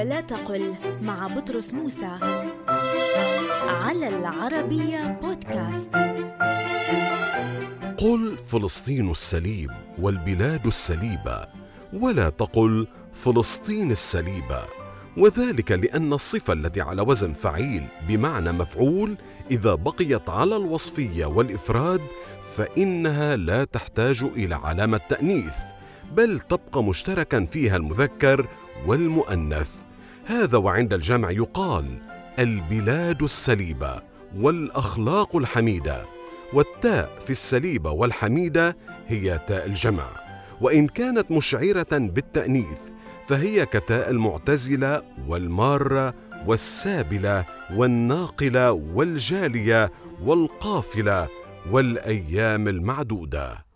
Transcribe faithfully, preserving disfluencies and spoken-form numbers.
ولا تقل مع بطرس موسى على العربية بودكاست. قل فلسطين السليب والبلاد السليبة، ولا تقل فلسطين السليبة، وذلك لأن الصفة التي على وزن فعيل بمعنى مفعول إذا بقيت على الوصفية والإفراد فإنها لا تحتاج إلى علامة تأنيث، بل تبقى مشتركا فيها المذكر والمؤنث. هذا وعند الجمع يقال البلاد السليبة والأخلاق الحميدة، والتاء في السليبة والحميدة هي تاء الجمع، وإن كانت مشعرة بالتأنيث فهي كتاء المعتزلة والمارة والسابلة والناقلة والجالية والقافلة والأيام المعدودة.